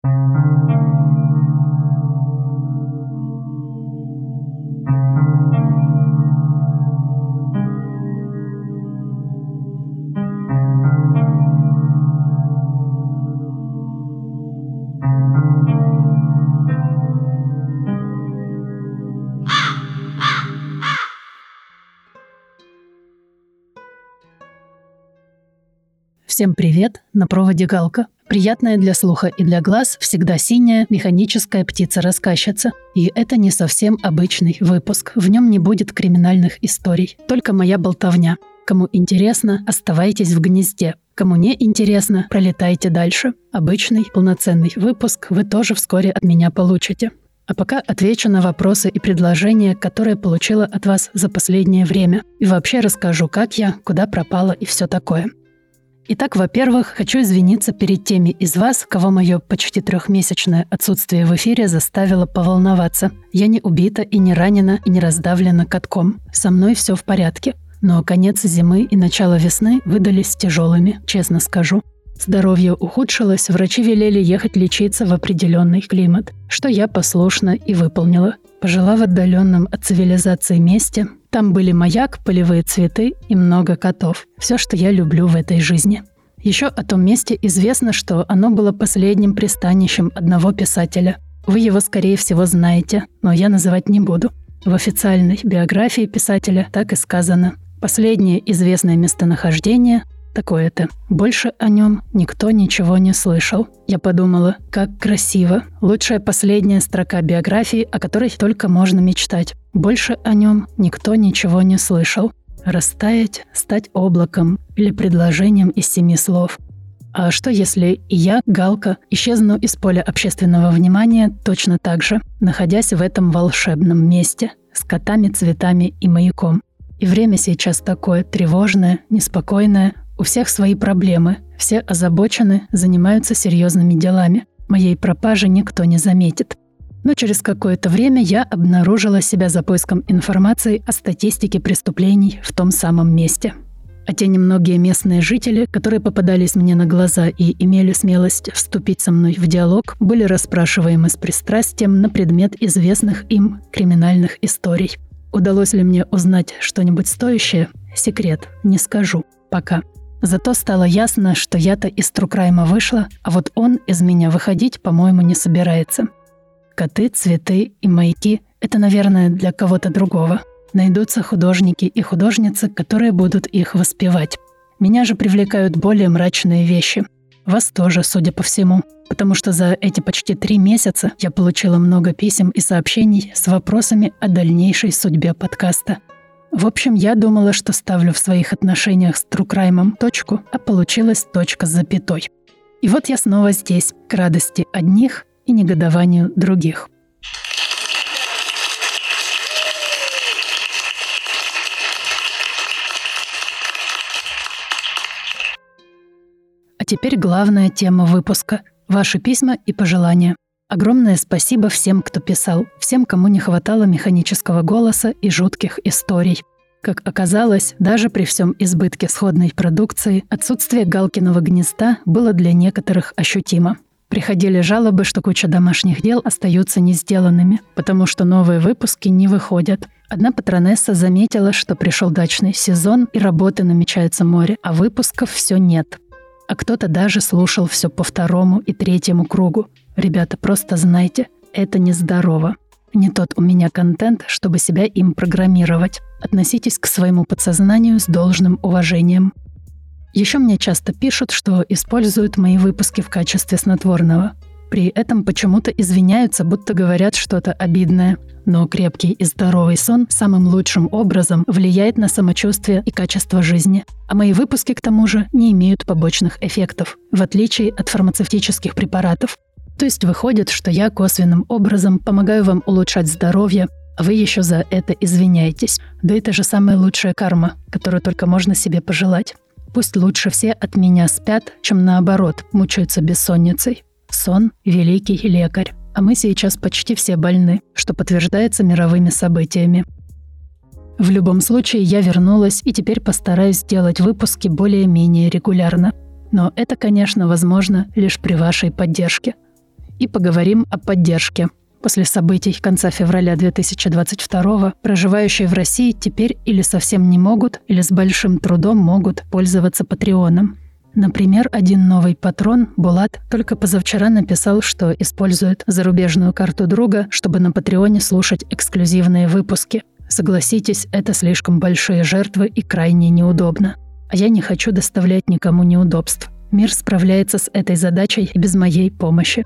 Всем привет, на проводе Галка. Приятная для слуха и для глаз, всегда синяя, механическая птица-рассказчица. И это не совсем обычный выпуск. В нем не будет криминальных историй, только моя болтовня. Кому интересно, оставайтесь в гнезде. Кому не интересно, пролетайте дальше. Обычный, полноценный выпуск вы тоже вскоре от меня получите. А пока отвечу на вопросы и предложения, которые получила от вас за последнее время. И вообще расскажу, как я, куда пропала и все такое. Итак, во-первых, хочу извиниться перед теми из вас, кого мое почти 3-месячное отсутствие в эфире заставило поволноваться. Я не убита и не ранена, и не раздавлена катком. Со мной все в порядке. Но конец зимы и начало весны выдались тяжелыми, честно скажу. Здоровье ухудшилось, врачи велели ехать лечиться в определенный климат, что я послушно и выполнила. Пожила в отдаленном от цивилизации месте. Там были маяк, полевые цветы и много котов. Все, что я люблю в этой жизни. Еще о том месте известно, что оно было последним пристанищем одного писателя. Вы его, скорее всего, знаете, но я называть не буду. В официальной биографии писателя так и сказано. Последнее известное местонахождение такое-то. Больше о нем никто ничего не слышал. Я подумала, как красиво. Лучшая последняя строка биографии, о которой только можно мечтать. Больше о нем никто ничего не слышал. Растаять, стать облаком или предложением из 7 слов. А что если и я, Галка, исчезну из поля общественного внимания точно так же, находясь в этом волшебном месте, с котами, цветами и маяком? И время сейчас такое тревожное, неспокойное. У всех свои проблемы, все озабочены, занимаются серьезными делами. Моей пропажи никто не заметит. Но через какое-то время я обнаружила себя за поиском информации о статистике преступлений в том самом месте. А те немногие местные жители, которые попадались мне на глаза и имели смелость вступить со мной в диалог, были расспрашиваемы с пристрастием на предмет известных им криминальных историй. Удалось ли мне узнать что-нибудь стоящее? Секрет, не скажу. Пока. Зато стало ясно, что я-то из Трукрайма вышла, а вот он из меня выходить, по-моему, не собирается. Коты, цветы и маяки — это, наверное, для кого-то другого. Найдутся художники и художницы, которые будут их воспевать. Меня же привлекают более мрачные вещи. Вас тоже, судя по всему. Потому что за эти почти 3 месяца я получила много писем и сообщений с вопросами о дальнейшей судьбе подкаста. В общем, я думала, что ставлю в своих отношениях с Трукраймом точку, а получилась точка с запятой. И вот я снова здесь, к радости одних и негодованию других. А теперь главная тема выпуска – ваши письма и пожелания. Огромное спасибо всем, кто писал, всем, кому не хватало механического голоса и жутких историй. Как оказалось, даже при всем избытке сходной продукции, отсутствие Галкиного гнезда было для некоторых ощутимо. Приходили жалобы, что куча домашних дел остаются не сделанными, потому что новые выпуски не выходят. Одна патронесса заметила, что пришел дачный сезон и работы намечается море, а выпусков все нет. А кто-то даже слушал все по 2-му и 3-му кругу. Ребята, просто знайте, это нездорово. Не тот у меня контент, чтобы себя им программировать. Относитесь к своему подсознанию с должным уважением. Еще мне часто пишут, что используют мои выпуски в качестве снотворного. При этом почему-то извиняются, будто говорят что-то обидное. Но крепкий и здоровый сон самым лучшим образом влияет на самочувствие и качество жизни. А мои выпуски, к тому же, не имеют побочных эффектов, в отличие от фармацевтических препаратов. То есть выходит, что я косвенным образом помогаю вам улучшать здоровье, а вы еще за это извиняетесь. Да это же самая лучшая карма, которую только можно себе пожелать. Пусть лучше все от меня спят, чем наоборот, мучаются бессонницей. Сон – великий лекарь. А мы сейчас почти все больны, что подтверждается мировыми событиями. В любом случае, я вернулась и теперь постараюсь делать выпуски более-менее регулярно. Но это, конечно, возможно лишь при вашей поддержке. И поговорим о поддержке. После событий конца февраля 2022 проживающие в России теперь или совсем не могут, или с большим трудом могут пользоваться Патреоном. Например, один новый патрон, Булат, только позавчера написал, что использует зарубежную карту друга, чтобы на Патреоне слушать эксклюзивные выпуски. Согласитесь, это слишком большие жертвы и крайне неудобно. А я не хочу доставлять никому неудобств. Мир справляется с этой задачей без моей помощи.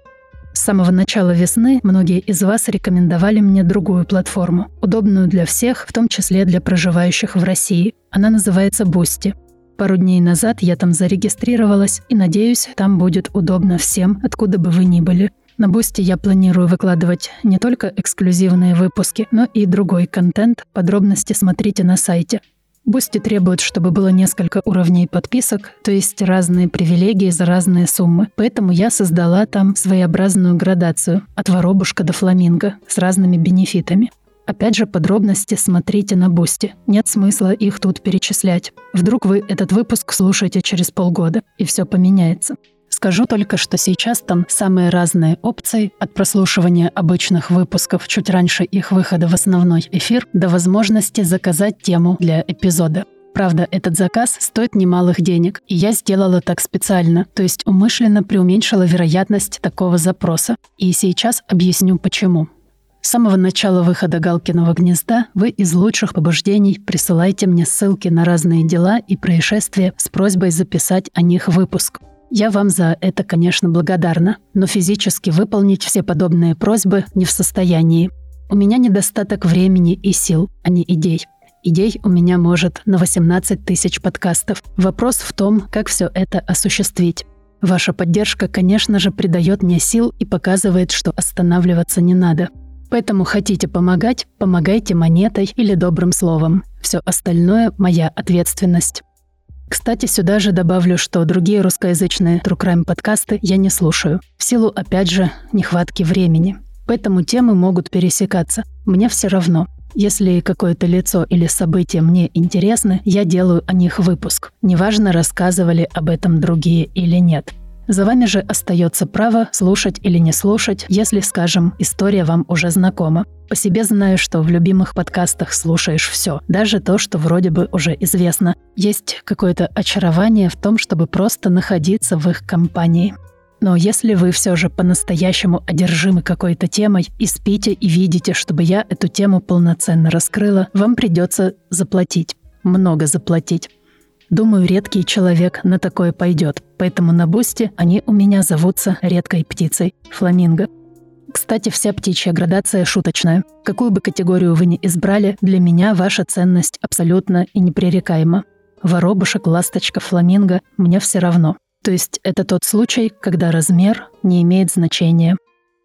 С самого начала весны многие из вас рекомендовали мне другую платформу, удобную для всех, в том числе для проживающих в России. Она называется Boosty. Пару дней назад я там зарегистрировалась и, надеюсь, там будет удобно всем, откуда бы вы ни были. На Boosty я планирую выкладывать не только эксклюзивные выпуски, но и другой контент. Подробности смотрите на сайте. Boosty требует, чтобы было несколько уровней подписок, то есть разные привилегии за разные суммы. Поэтому я создала там своеобразную градацию от воробушка до фламинго с разными бенефитами. Опять же, подробности смотрите на Boosty. Нет смысла их тут перечислять. Вдруг вы этот выпуск слушаете через полгода, и все поменяется. Скажу только, что сейчас там самые разные опции, от прослушивания обычных выпусков чуть раньше их выхода в основной эфир до возможности заказать тему для эпизода. Правда, этот заказ стоит немалых денег, и я сделала так специально, то есть умышленно преуменьшила вероятность такого запроса. И сейчас объясню почему. С самого начала выхода «Галкиного гнезда» вы из лучших побуждений присылаете мне ссылки на разные дела и происшествия с просьбой записать о них выпуск. Я вам за это, конечно, благодарна, но физически выполнить все подобные просьбы не в состоянии. У меня недостаток времени и сил, а не идей. Идей у меня может на 18 тысяч подкастов. Вопрос в том, как все это осуществить. Ваша поддержка, конечно же, придает мне сил и показывает, что останавливаться не надо. Поэтому хотите помогать – помогайте монетой или добрым словом. Все остальное – моя ответственность. Кстати, сюда же добавлю, что другие русскоязычные True Crime подкасты я не слушаю, в силу, опять же, нехватки времени. Поэтому темы могут пересекаться. Мне все равно. Если какое-то лицо или событие мне интересны, я делаю о них выпуск. Неважно, рассказывали об этом другие или нет. За вами же остается право слушать или не слушать, если, скажем, история вам уже знакома. По себе знаю, что в любимых подкастах слушаешь все, даже то, что вроде бы уже известно. Есть какое-то очарование в том, чтобы просто находиться в их компании. Но если вы все же по-настоящему одержимы какой-то темой и спите и видите, чтобы я эту тему полноценно раскрыла, вам придется заплатить. Много заплатить. Думаю, редкий человек на такое пойдет, поэтому на Boosty они у меня зовутся редкой птицей – фламинго. Кстати, вся птичья градация шуточная. Какую бы категорию вы ни избрали, для меня ваша ценность абсолютно и непререкаема. Воробушек, ласточка, фламинго – мне все равно. То есть это тот случай, когда размер не имеет значения.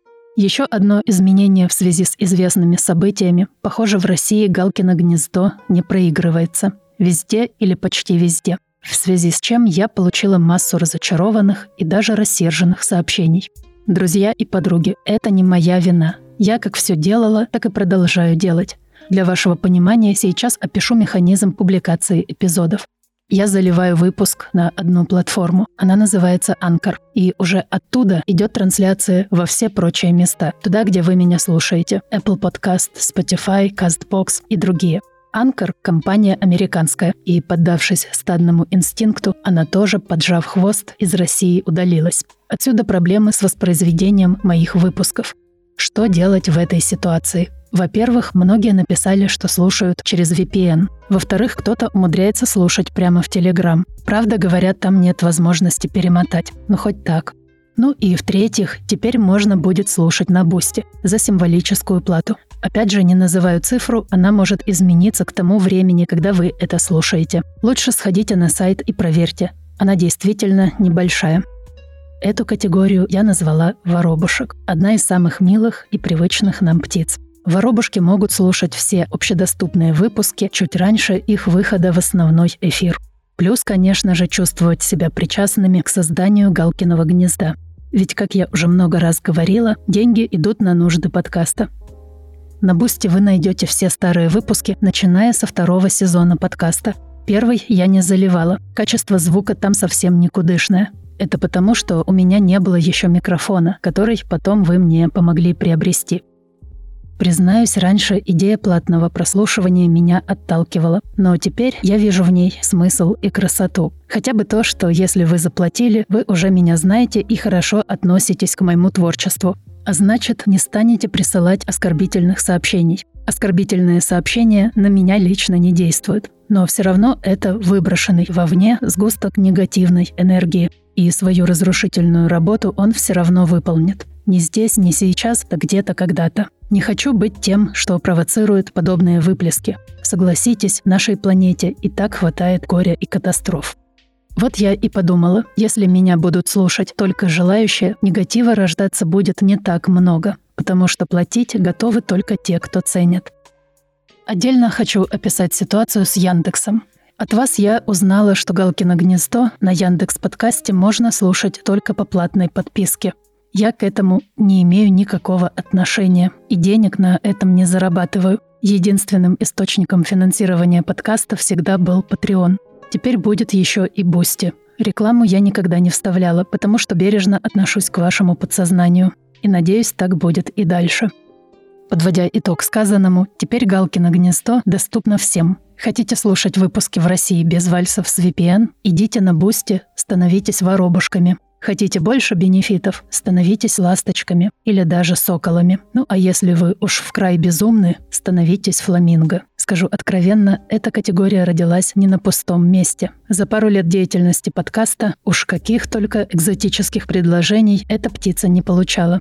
Еще одно изменение в связи с известными событиями. Похоже, в России Галкино гнездо не проигрывается. Везде или почти везде. В связи с чем я получила массу разочарованных и даже рассерженных сообщений. Друзья и подруги, это не моя вина. Я как все делала, так и продолжаю делать. Для вашего понимания сейчас опишу механизм публикации эпизодов. Я заливаю выпуск на одну платформу. Она называется Anchor. И уже оттуда идет трансляция во все прочие места. Туда, где вы меня слушаете. Apple Podcast, Spotify, CastBox и другие. Anchor – компания американская, и, поддавшись стадному инстинкту, она тоже, поджав хвост, из России удалилась. Отсюда проблемы с воспроизведением моих выпусков. Что делать в этой ситуации? Во-первых, многие написали, что слушают через VPN. Во-вторых, кто-то умудряется слушать прямо в Telegram. Правда, говорят, там нет возможности перемотать. Ну, хоть так. Ну и в-третьих, теперь можно будет слушать на Boosty за символическую плату. Опять же, не называю цифру, она может измениться к тому времени, когда вы это слушаете. Лучше сходите на сайт и проверьте. Она действительно небольшая. Эту категорию я назвала «воробушек». Одна из самых милых и привычных нам птиц. Воробушки могут слушать все общедоступные выпуски чуть раньше их выхода в основной эфир. Плюс, конечно же, чувствовать себя причастными к созданию Галкиного гнезда. Ведь, как я уже много раз говорила, деньги идут на нужды подкаста. На Boosty вы найдете все старые выпуски, начиная со 2-го сезона подкаста. Первый я не заливала. Качество звука там совсем никудышное. Это потому, что у меня не было еще микрофона, который потом вы мне помогли приобрести. Признаюсь, раньше идея платного прослушивания меня отталкивала, но теперь я вижу в ней смысл и красоту. Хотя бы то, что если вы заплатили, вы уже меня знаете и хорошо относитесь к моему творчеству. А значит, не станете присылать оскорбительных сообщений. Оскорбительные сообщения на меня лично не действуют. Но все равно это выброшенный вовне сгусток негативной энергии. И свою разрушительную работу он все равно выполнит. Не здесь, не сейчас, а где-то когда-то. Не хочу быть тем, что провоцирует подобные выплески. Согласитесь, нашей планете и так хватает горя и катастроф. Вот я и подумала, если меня будут слушать только желающие, негатива рождаться будет не так много, потому что платить готовы только те, кто ценят. Отдельно хочу описать ситуацию с Яндексом. От вас я узнала, что «Галкино гнездо» на Яндекс.Подкасте можно слушать только по платной подписке. Я к этому не имею никакого отношения и денег на этом не зарабатываю. Единственным источником финансирования подкаста всегда был Patreon. Теперь будет еще и Boosty. Рекламу я никогда не вставляла, потому что бережно отношусь к вашему подсознанию. И надеюсь, так будет и дальше. Подводя итог сказанному, теперь «Галкино гнездо» доступно всем. Хотите слушать выпуски в России без вальсов с VPN? Идите на Boosty, становитесь воробушками. Хотите больше бенефитов? Становитесь ласточками или даже соколами. Ну а если вы уж в край безумны, становитесь фламинго. Скажу откровенно, эта категория родилась не на пустом месте. За пару лет деятельности подкаста уж каких только экзотических предложений эта птица не получала.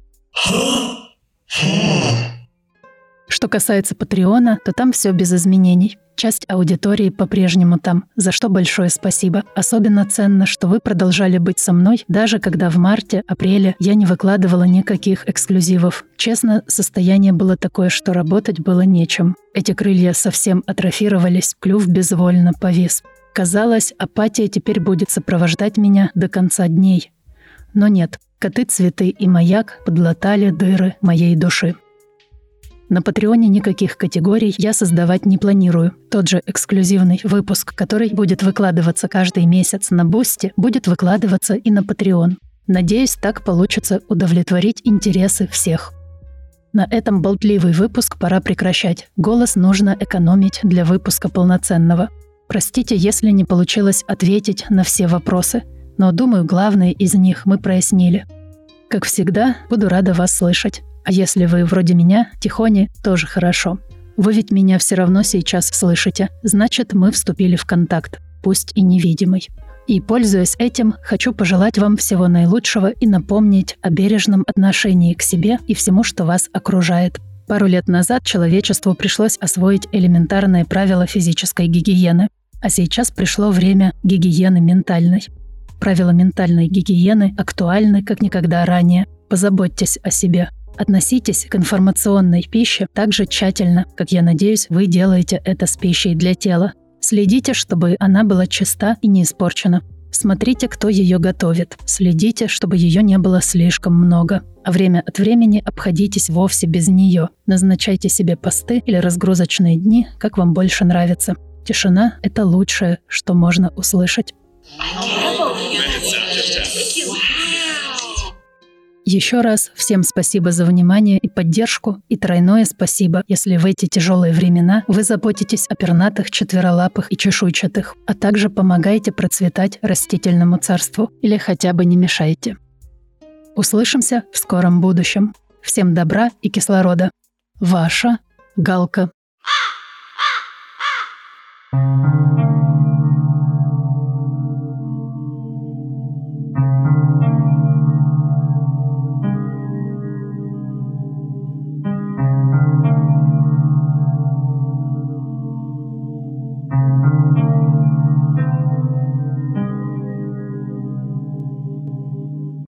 Что касается Патреона, то там все без изменений. Часть аудитории по-прежнему там, за что большое спасибо. Особенно ценно, что вы продолжали быть со мной, даже когда в марте-апреле я не выкладывала никаких эксклюзивов. Честно, состояние было такое, что работать было нечем. Эти крылья совсем атрофировались, клюв безвольно повис. Казалось, апатия теперь будет сопровождать меня до конца дней. Но нет, коты, цветы и маяк подлатали дыры моей души. На Патреоне никаких категорий я создавать не планирую. Тот же эксклюзивный выпуск, который будет выкладываться каждый месяц на Boosty, будет выкладываться и на Patreon. Надеюсь, так получится удовлетворить интересы всех. На этом болтливый выпуск пора прекращать. Голос нужно экономить для выпуска полноценного. Простите, если не получилось ответить на все вопросы, но, думаю, главные из них мы прояснили. Как всегда, буду рада вас слышать. А если вы вроде меня, тихони, тоже хорошо. Вы ведь меня все равно сейчас слышите. Значит, мы вступили в контакт, пусть и невидимый. И, пользуясь этим, хочу пожелать вам всего наилучшего и напомнить о бережном отношении к себе и всему, что вас окружает. Пару лет назад человечеству пришлось освоить элементарные правила физической гигиены. А сейчас пришло время гигиены ментальной. Правила ментальной гигиены актуальны как никогда ранее. Позаботьтесь о себе. Относитесь к информационной пище так же тщательно, как, я надеюсь, вы делаете это с пищей для тела. Следите, чтобы она была чиста и не испорчена. Смотрите, кто ее готовит. Следите, чтобы ее не было слишком много. А время от времени обходитесь вовсе без нее. Назначайте себе посты или разгрузочные дни, как вам больше нравится. Тишина – это лучшее, что можно услышать. Еще раз всем спасибо за внимание и поддержку, и тройное спасибо, если в эти тяжелые времена вы заботитесь о пернатых, четверолапых и чешуйчатых, а также помогаете процветать растительному царству или хотя бы не мешаете. Услышимся в скором будущем. Всем добра и кислорода. Ваша Галка.